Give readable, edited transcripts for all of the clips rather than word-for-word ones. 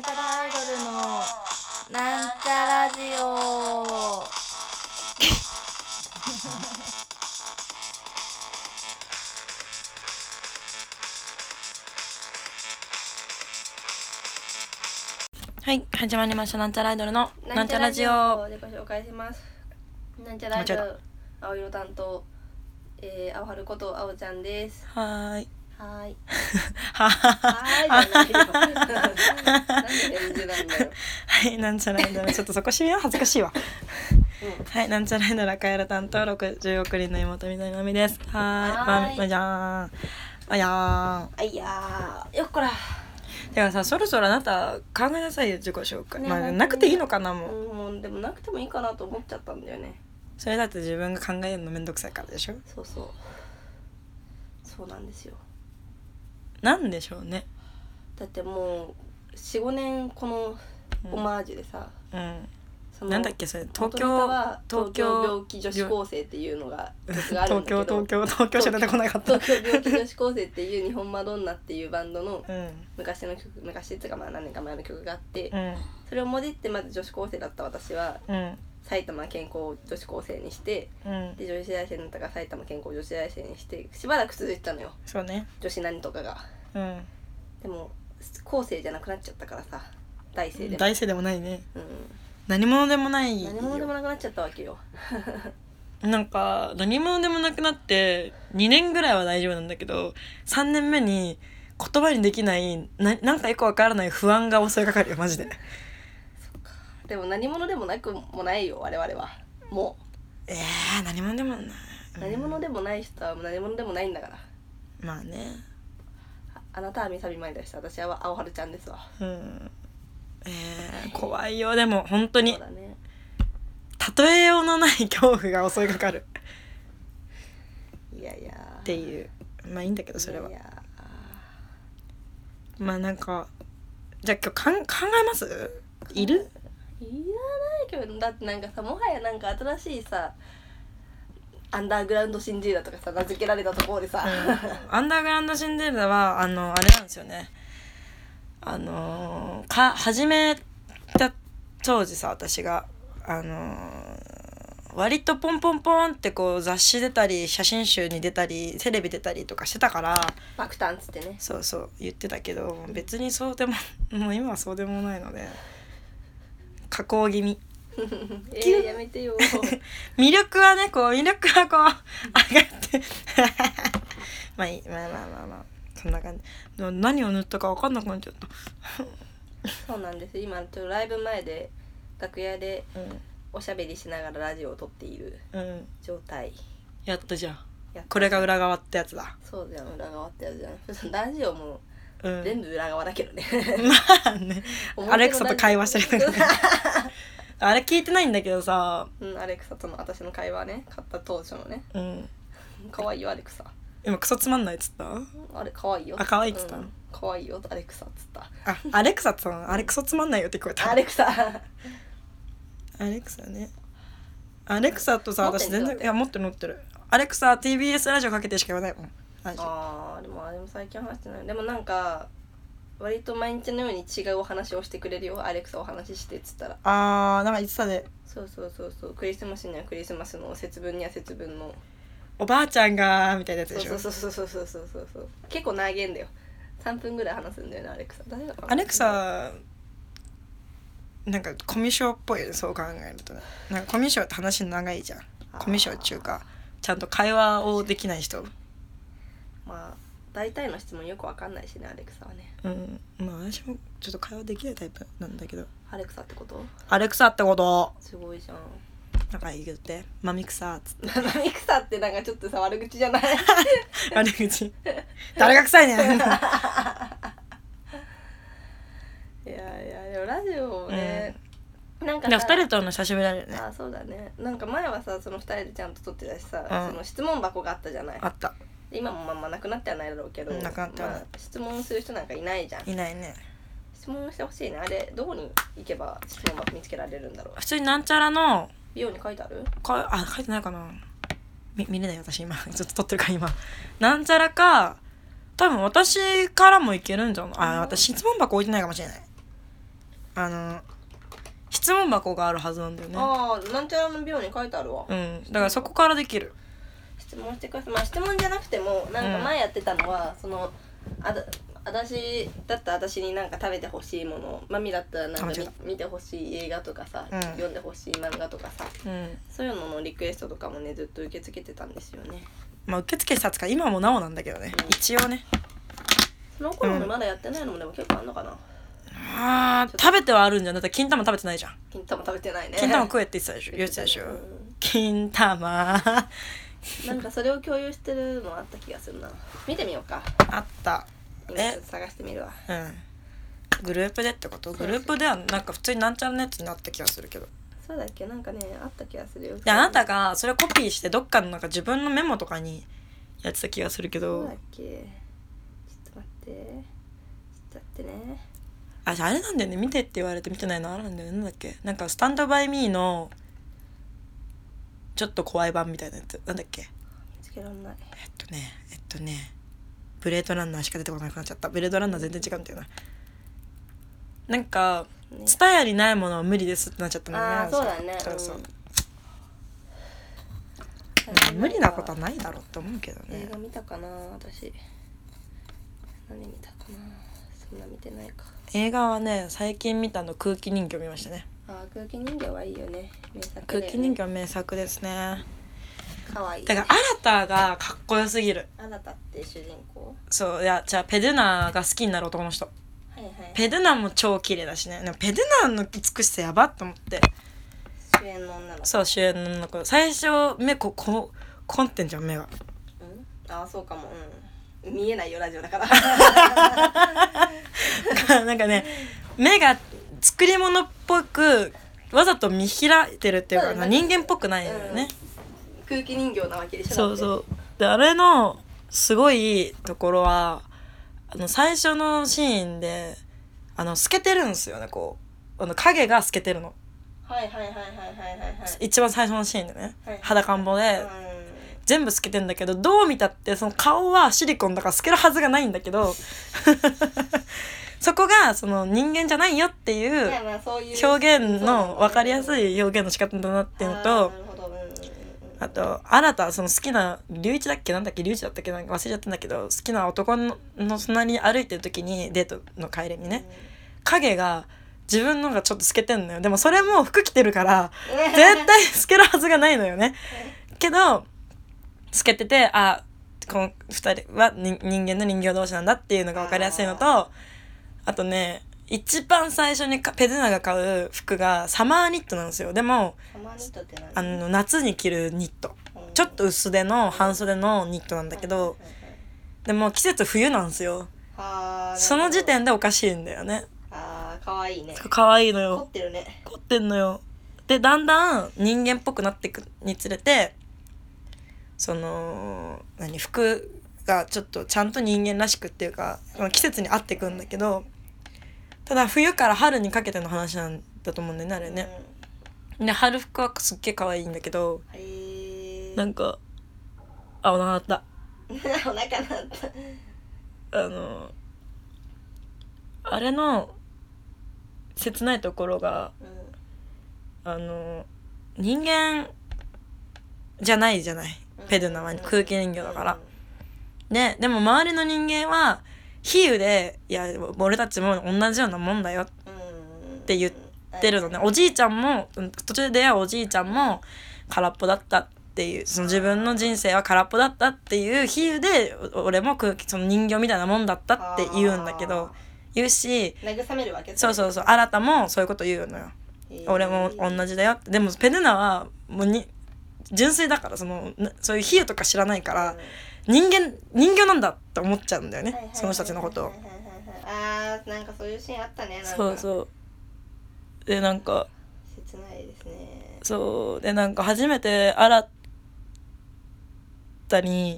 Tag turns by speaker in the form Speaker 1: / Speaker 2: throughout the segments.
Speaker 1: なんちゃらアイドルのなんちゃラジオ
Speaker 2: はい、始まりました。なんちゃらアイドルのなんちゃラジオ
Speaker 1: でご紹介します。なんちゃらアイドル青色担当、青春こと青ちゃんです。
Speaker 2: はーい
Speaker 1: はーい
Speaker 2: は
Speaker 1: はーいじゃないよなんで返事なんだよ。
Speaker 2: はい、なんちゃらアイドルちょっとそこ締めよう、恥ずかしいわ、はい、なんちゃらアイドル赤色担当60億人の妹みどりまみです。はーい、まじゃーんあやーん
Speaker 1: あいやーよっこら。
Speaker 2: ではさ、そろそろあなた考えなさいよ、自己紹介、
Speaker 1: ね
Speaker 2: まあなくていいのかな、もう、
Speaker 1: もうでもなくてもいいかなと思っちゃったんだよね。
Speaker 2: それだって自分が考えるのめんどくさいからでしょ。
Speaker 1: そうなんですよ。
Speaker 2: なんでしょうね。
Speaker 1: だってもう 4,5 年このオマージュでさ、その
Speaker 2: なんだっけそれ、東京
Speaker 1: 病気女子高生っていうのが曲があるんだけど
Speaker 2: 東京しか出てこなかった
Speaker 1: 東京病気女子高生っていう日本マドンナっていうバンドの昔の曲、昔っていうかまあ何年か前の曲があって、それをもじってまず女子高生だった私は、埼玉健康女子高生にして、で女子大生になったから埼玉健康女子大生にしてしばらく続いてたのよ。
Speaker 2: そうね、
Speaker 1: 女子何とかが、でも高生じゃなくなっちゃったからさ、大生でも
Speaker 2: ないね、何者でもないよ。
Speaker 1: 何者でもなくなっちゃったわけよ
Speaker 2: なんか何者でもなくなって2年ぐらいは大丈夫なんだけど、3年目に言葉にできないなんかよくわからない不安が襲いかかるよ、マジで。
Speaker 1: そっか。でも何者でもなくもないよ、我々はもう。
Speaker 2: 何者でもない、
Speaker 1: 何者でもない人は何者でもないんだから。
Speaker 2: まあね。
Speaker 1: あなたはみさびまいだし、私は青春ちゃんですわ。
Speaker 2: 怖いよ。でも本当に、
Speaker 1: そうだね、
Speaker 2: 例えようのない恐怖が襲いかかる。
Speaker 1: いやいや
Speaker 2: っていう、まあいいんだけど、それは。
Speaker 1: いや
Speaker 2: まあなんか、じゃあ今日考えます？いる？
Speaker 1: いらないけど、だってなんかさ、もはやなんか新しいさアンダーグラウンドシンデレラとかさ名付けられたところでさ、
Speaker 2: アンダーグラウンドシンデレラはあれなんですよね。始めた当時さ、私が割とポンポンポンってこう雑誌出たり写真集に出たりテレビ出たりとかしてたから、
Speaker 1: 爆誕っつってね、
Speaker 2: そう言ってたけど、別にそうでももう今はそうでもないので、加工気味
Speaker 1: やめてよ
Speaker 2: 魅力はこう上がってまあそんな感じ。でも何を塗ったか分かんなくなっちゃった
Speaker 1: そうなんです。今ちょっとライブ前で楽屋でおしゃべりしながらラジオを撮っている状態、
Speaker 2: やったじゃん。これが裏側ってやつだ。
Speaker 1: そうじゃん、裏側ってやつじゃん。ラジオも全部裏側だけどね
Speaker 2: まあねアレクサと会話してるあれ聞いてないんだけどさ、
Speaker 1: アレクサとの私の会話ね、買った当初のね、可愛いよアレクサ。
Speaker 2: 今クソつまんないっつった？
Speaker 1: あれ可愛いよ。
Speaker 2: 可愛いっつった？
Speaker 1: 可愛いよアレクサっつった。
Speaker 2: アレクサってあれクソつまんないよって聞こえた。
Speaker 1: アレクサ
Speaker 2: ね。アレクサとさ、私全然持ってる。アレクサ TBS ラジオかけてしか言わないもん。
Speaker 1: でも最近話してない。でもなんか割と毎日のように違うお話をしてくれるよ。アレクサお話ししてっつったら。
Speaker 2: なんか言ってたで。
Speaker 1: そう。クリスマスにはクリスマスの節分には節分の
Speaker 2: おばあちゃんがみたいなやつでしょ。
Speaker 1: そう。結構長いんだよ。3分ぐらい話すんだよね、アレクサ。誰が
Speaker 2: アレクサなんかコミュ障っぽいよね、そう考えるとね。なんかコミュ障って話長いじゃん。コミュ障っていうかちゃんと会話をできない人。
Speaker 1: まあ大体の質問よくわかんないしね、アレクサはね。
Speaker 2: まあ私もちょっと会話できないタイプなんだけど。
Speaker 1: アレクサってこと？
Speaker 2: アレクサってこと。
Speaker 1: すごいじゃん。
Speaker 2: なんか言ってマミクサっつって
Speaker 1: マミクサってなんかちょっとさ、悪口じゃない
Speaker 2: 悪口誰が臭いねんいや
Speaker 1: でもラジオをね、なんかさ
Speaker 2: 2人との久しぶりだよね。
Speaker 1: そうだね。なんか前はさ、その2人でちゃんと撮ってたしさ、その質問箱があったじゃない。
Speaker 2: あった。
Speaker 1: 今もまあなくなってはないだろうけど、
Speaker 2: なくなってはない、
Speaker 1: 質問する人なんかいないじゃん。
Speaker 2: いないね。
Speaker 1: 質問してほしいね。あれどこに行けば質問箱見つけられるんだろう。
Speaker 2: 普通になんちゃらの
Speaker 1: 美容に書いてある？
Speaker 2: 書いてないかな。見れない私今ちょっと撮ってるから今。なんちゃらか多分私からもいけるんじゃない？私質問箱置いてないかもしれない。 質問箱があるはずなんだよね。
Speaker 1: ああ、なんちゃらの秒に書いてあるわ。
Speaker 2: だからそこからできる。
Speaker 1: 質問してください。まあ質問じゃなくてもなんか前やってたのは、その私だったら私になんか食べてほしいもの、マミだったらなんか見てほしい映画とかさ、読んでほしい漫画とかさ、そういうののリクエストとかもねずっと受け付けてたんですよね。
Speaker 2: まあ受け付けてたつか今もなおなんだけどね、一応ね。
Speaker 1: その頃もまだやってないのもでも結構あんのかな。
Speaker 2: 食べてはあるんじゃん。だって金玉食べてないじゃん。
Speaker 1: 金玉食べてないね。
Speaker 2: 金玉食えって言ってたでしょ、言ってたでしょ、金玉
Speaker 1: なんかそれを共有してるのあった気がするな。見てみようか。
Speaker 2: あった。
Speaker 1: 今探してみるわ。
Speaker 2: グループでってこと？グループではなんか普通になんちゃらのやつになった気がするけど。
Speaker 1: そうだっけ、なんかねあった気がするよ。
Speaker 2: であなたがそれをコピーしてどっかのなんか自分のメモとかにやってた気がするけど。
Speaker 1: そうだっけ。ちょっと待ってね。
Speaker 2: あれなんだよね、見てって言われて見てないのあるんだよね。なんだっけ、なんかスタンドバイミーのちょっと怖い版みたいなやつなんだっけ。
Speaker 1: 見つけらんない。
Speaker 2: ブレードランナーしか出てこなくなっちゃった。ブレードランナー全然違うんだよな。なんかツタヤにないものは無理ですってなっちゃったのね。
Speaker 1: ああそうだね。
Speaker 2: そう、無理なことはないだろうと思うけどね。
Speaker 1: 映画見たかな私。何見たかな。そんな見てないか。
Speaker 2: 映画はね最近見たの空気人形見ましたね。
Speaker 1: 空気人形はいいよね。名作だよね。
Speaker 2: 空気人形は名作ですね。
Speaker 1: 可愛い。
Speaker 2: だから新たがかっこよすぎる。
Speaker 1: 新たって主人公？
Speaker 2: そう、いやじゃあペドゥナが好きになる男の人。ペドゥナも超綺麗だしね。でもペドゥナの美しさやばっと思って。
Speaker 1: 主演の女の子。
Speaker 2: そう、主演の女の子。最初目コンってんじゃん目が。
Speaker 1: ああそうかも。見えないよラジオだから。
Speaker 2: なんかね目が作り物っぽくわざと見開いてるっていうか、人間っぽくないのよね。
Speaker 1: 空気人形なわけでしょ。
Speaker 2: そうそう。であれのすごいところは最初のシーンで透けてるんですよね。こう影が透けてるの。一番最初のシーンでね、裸んぼで、全部透けてんだけど、どう見たってその顔はシリコンだから透けるはずがないんだけどそこがその人間じゃないよっていう表現の分かりやすい表現の仕方だなっていうのと、あと新たその好きな龍一だっけなんだっけ龍一だったっけなんか忘れちゃったんだけど、好きな男の隣に歩いてる時にデートの帰りにね、影が自分のがちょっと透けてんのよ。でもそれも服着てるから絶対透けるはずがないのよね。けど透けてて、この2人は人間の人形同士なんだっていうのが分かりやすいのと、あとね一番最初にペドゥナが買う服がサマーニットなんですよ。でも夏に着るニット、ちょっと薄手の半袖のニットなんだけど、でも季節冬なんですよ。その時点でおかしいんだよね。
Speaker 1: かわいいね。
Speaker 2: かわいいのよ。
Speaker 1: 凝ってるね。
Speaker 2: 凝ってんのよ。でだんだん人間っぽくなっていくにつれて、その服がちょっとちゃんと人間らしくっていうか季節に合ってくんだけど、ただ冬から春にかけての話なんだと思うんだよねあれね。で春服はすっげえ可愛いんだけど、なんかお腹鳴った。
Speaker 1: お腹鳴った。
Speaker 2: あれの切ないところが、人間じゃないじゃない、ペドゥナは空気人形だから、でも周りの人間は比喩でいや俺たちも同じようなもんだよって言ってるのね。おじいちゃんも途中で出会うおじいちゃんも空っぽだったっていう、その自分の人生は空っぽだったっていう比喩で俺もその人形みたいなもんだったって言うんだけど、言うし
Speaker 1: 慰めるわけ。
Speaker 2: そう新たもそういうこと言うのよ。俺も同じだよって。でもペドゥナはもう純粋だからそういう比喩とか知らないから、人形なんだって思っちゃうんだよね、その人たちのことを。
Speaker 1: なんかそういうシーンあったね。
Speaker 2: そうでなんか
Speaker 1: 切ないですね。
Speaker 2: そうでなんか初めて新たに、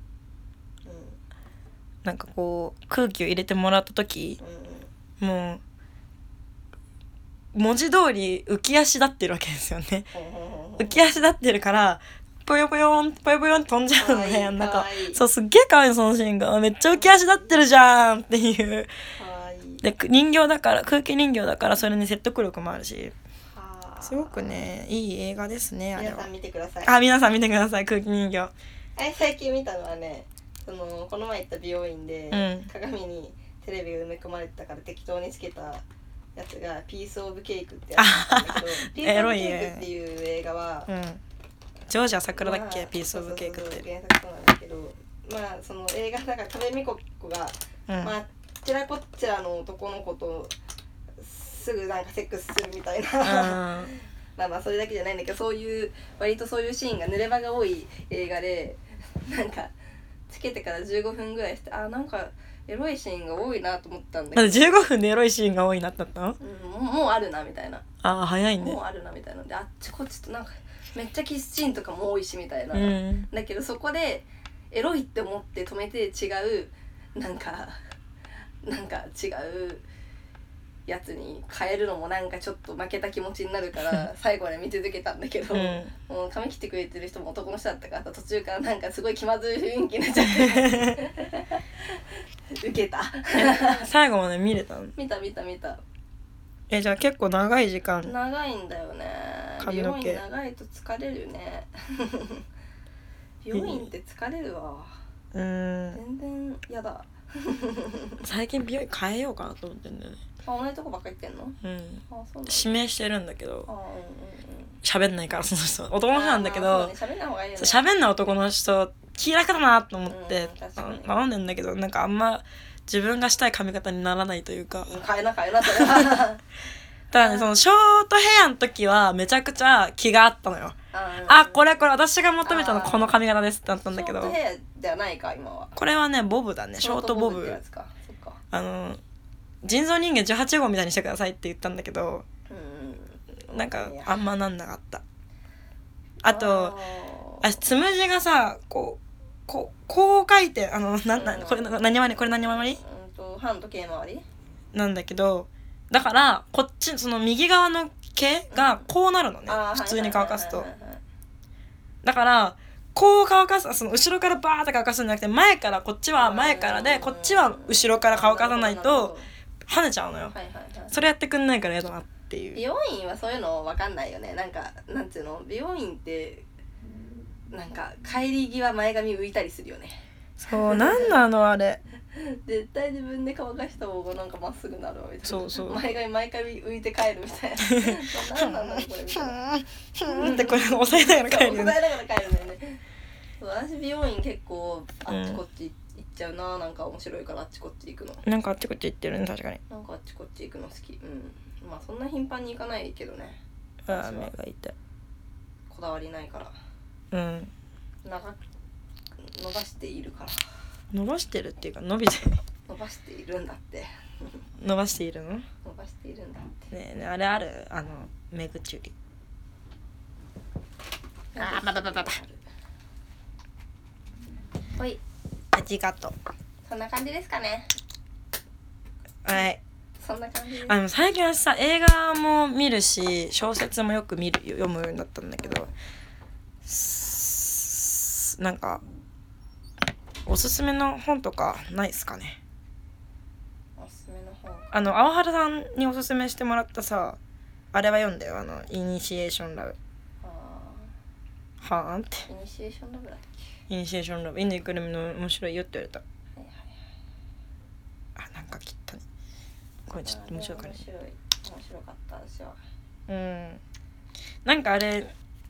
Speaker 2: なんかこう空気を入れてもらった時、もう文字通り浮き足立ってるわけですよね。浮き足立ってるからぽよぽよんぽよぽよん飛んじゃうのね。なんかそうすっげえ可愛いそのシーンが、めっちゃ浮き足立ってるじゃんっていう。 で人形だから空気人形だからそれに説得力もあるしすごくねいい映画ですね。あれは
Speaker 1: 皆さん見てください。
Speaker 2: 皆さん見てください空気人形。
Speaker 1: 最近見たのはねこの前行った美容院で、鏡にテレビが埋め込まれてたから適当につけたやつがピースオブケイクってやつなんだけどピースオブケイクっていう映画は、
Speaker 2: ジョージア桜だっけ、ピースオブケイクって
Speaker 1: 原作そうなんだけどその映画だから多部未華子が、あちらこちらの男の子とすぐなんかセックスするみたいなそれだけじゃないんだけど割とそういうシーンが濡れ場が多い映画でなんかつけてから15分ぐらいしてなんかエロいシーンが多いなと思ったんだけど
Speaker 2: 15分でエロいシーンが多いなってなったの、
Speaker 1: もうあるなみたいな
Speaker 2: 早いね
Speaker 1: もうあるなみたいなであっちこっちとなんかめっちゃキスシーンとかも多いしみたいな、だけどそこでエロいって思って止めて違うなんか違うやつに変えるのもなんかちょっと負けた気持ちになるから最後まで見続けたんだけど、もう髪切ってくれてる人も男の人だったから途中からなんかすごい気まずい雰囲気になっちゃってウケた
Speaker 2: 最後まで見れたの？
Speaker 1: 見た
Speaker 2: じゃあ結構長い時間
Speaker 1: 長いんだよね。美容院長いと疲れるよね美容院って疲れるわ。全然やだ
Speaker 2: 最近美容院変えようかなと思ってんだよね。
Speaker 1: 同じとこばっか行ってんの？そう
Speaker 2: 指名してるんだけど喋んないからその人男の人なんだけど
Speaker 1: 喋んない方がいいよね。
Speaker 2: 喋んない男の人気楽だなと思って頼んでんだけどなんかあんま自分がしたい髪型にならないというか
Speaker 1: 変えなそれは
Speaker 2: ただねそのショートヘアの時はめちゃくちゃ気があったのよ。これ私が求めたのこの髪型ですってなったんだけど
Speaker 1: ショートヘアではないか今は。
Speaker 2: これはねボブだねショートボブ。人造人間18号みたいにしてくださいって言ったんだけどなんかあんまなんなかった。あとつむじがさこう書いてこれ何回りこれ何回り
Speaker 1: 半時計回り
Speaker 2: なんだけどだからこっちその右側の毛がこうなるのね、普通に乾かすと。だからこう乾かすその後ろからバーって乾かすんじゃなくて前からこっちは前からでこっちは後ろから乾かさないと跳ねちゃうのよ。それやってくんないからやだなっていう。
Speaker 1: 美容院はそういうの分かんないよね。なんつうの美容院ってなんか帰り際前髪浮いたりするよね。
Speaker 2: そうなんなのあれ
Speaker 1: 絶対自分で乾かした方がなんかまっすぐなるわみたいな。
Speaker 2: そう
Speaker 1: 前髪浮いて帰るみたいな何なんだろうこれみたいな
Speaker 2: ってこれ押さえながら帰るよね。
Speaker 1: 押さえながら帰るんだよね。私美容院結構あっちこっち行っちゃうな。なんか面白いからあっちこっち行くの。
Speaker 2: なんかあっちこっち行ってるね確かに。
Speaker 1: なんかあっちこっち行くの好き。そんな頻繁に行かないけどね。
Speaker 2: 目が痛い。
Speaker 1: こだわりないから。伸ばしているから。
Speaker 2: 伸ばしてるっていうか伸びて
Speaker 1: 伸ばしているんだって
Speaker 2: 伸ばしているの？
Speaker 1: 伸ばしているんだって
Speaker 2: ねえあれある目薬。
Speaker 1: ほい
Speaker 2: ありがとう。
Speaker 1: そんな感じですかね。
Speaker 2: はい。
Speaker 1: そんな感じです。
Speaker 2: 最近はさ映画も見るし小説もよく読むようになったんだけどなんかおすすめの本とかないですかね。
Speaker 1: おすすめの本
Speaker 2: 青原さんにおすすめしてもらったさあれは読んだよイニシエーションラブ。はーんって
Speaker 1: イニシエーションラブだっ
Speaker 2: け。イニシエーションラブインディクルミの面白いよって言われた。なんか切ったねこれちょっと面白かね。
Speaker 1: 面白かった私は。
Speaker 2: なんかあれ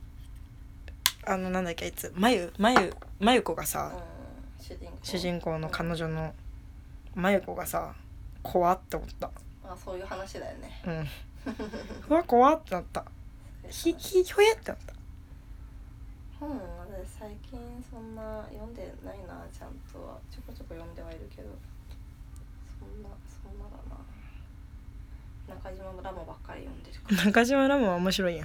Speaker 2: なんだっけあいつまゆ子がさ、主人公の彼女のまゆ子がさ怖って思った。
Speaker 1: そういう話だよね。
Speaker 2: うわ怖ってなった。ひょえってなった。
Speaker 1: 私最近そんな読んでないな。ちゃんとはちょこちょこ読んではいるけどそんなだな。中島ラモばっかり読んでるから。
Speaker 2: 中島ラモは面白いやん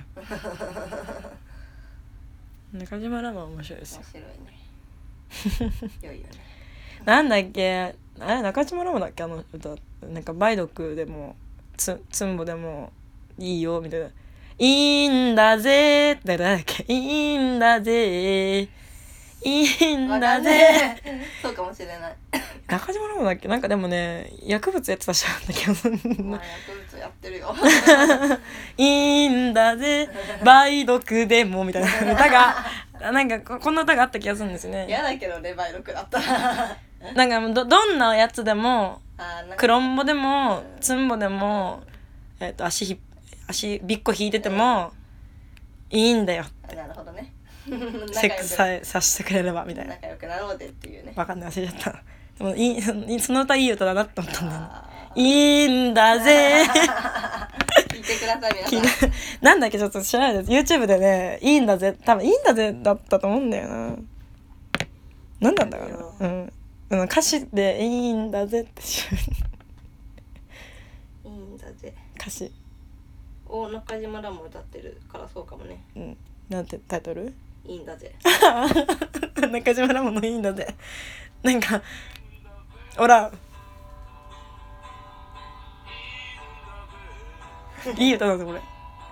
Speaker 2: 中島ラモは面白いですよ。
Speaker 1: 面白いね良いよね。
Speaker 2: なんだっけあれ中島ラモだっけ歌なんか梅毒でもつんぼでもいいよみたいな。いいんだぜって誰だっけ。いいんだぜいいんだぜ
Speaker 1: そうかもしれない。
Speaker 2: 中島ラモだっけ、なんかでもね薬物やってた人なんだけど
Speaker 1: まあ薬物やってるよ
Speaker 2: いいんだぜ梅毒でもみたいな歌がなんかこんな歌があった気がするんですね。
Speaker 1: 嫌だけどね梅毒だったら
Speaker 2: なんかどんなやつでもクロンボでもツンボでも、足びっこ引いててもいいんだよって。
Speaker 1: なるほどね
Speaker 2: セックスさせてくれればみたいな。
Speaker 1: 仲良くなろうでっていうね。
Speaker 2: わかんない、忘れちゃった。でもその歌いい歌だなって思ったんだよね。いいんだぜ
Speaker 1: 聞いてください皆さん
Speaker 2: なんだっけ、ちょっと知らないです。 YouTube でね、いいんだぜ、多分いいんだぜだったと思うんだよな。何なんだかな。歌詞でいいんだぜって
Speaker 1: いいんだぜ
Speaker 2: 歌詞
Speaker 1: を中島らも歌ってるからそうかもね。
Speaker 2: なんてタイトル？
Speaker 1: いいんだぜ
Speaker 2: 中島らものいいんだぜ。なんかほらいい歌だぞこれ。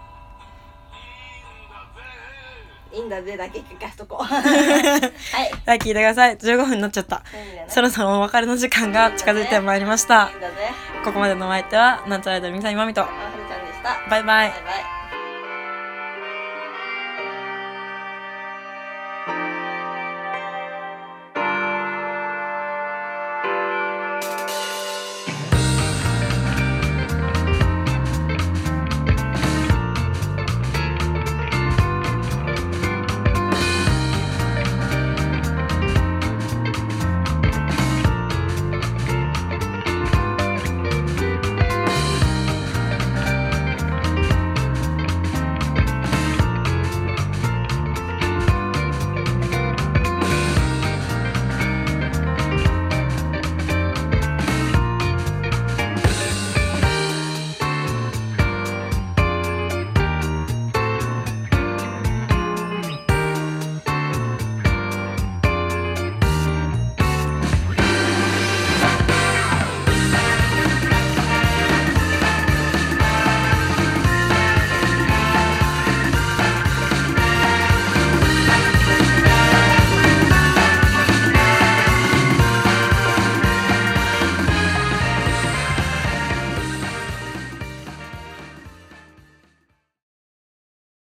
Speaker 1: いいんだぜだけ聞かしとこうはい
Speaker 2: 聞いてください。15分になっちゃった、そろそろお別れの時間が近づいてまいりました。ここまでのお相手はなんちゃらアイドルみさみまみと
Speaker 1: あはるちゃんでした。
Speaker 2: バイバイ。
Speaker 1: バイバイ。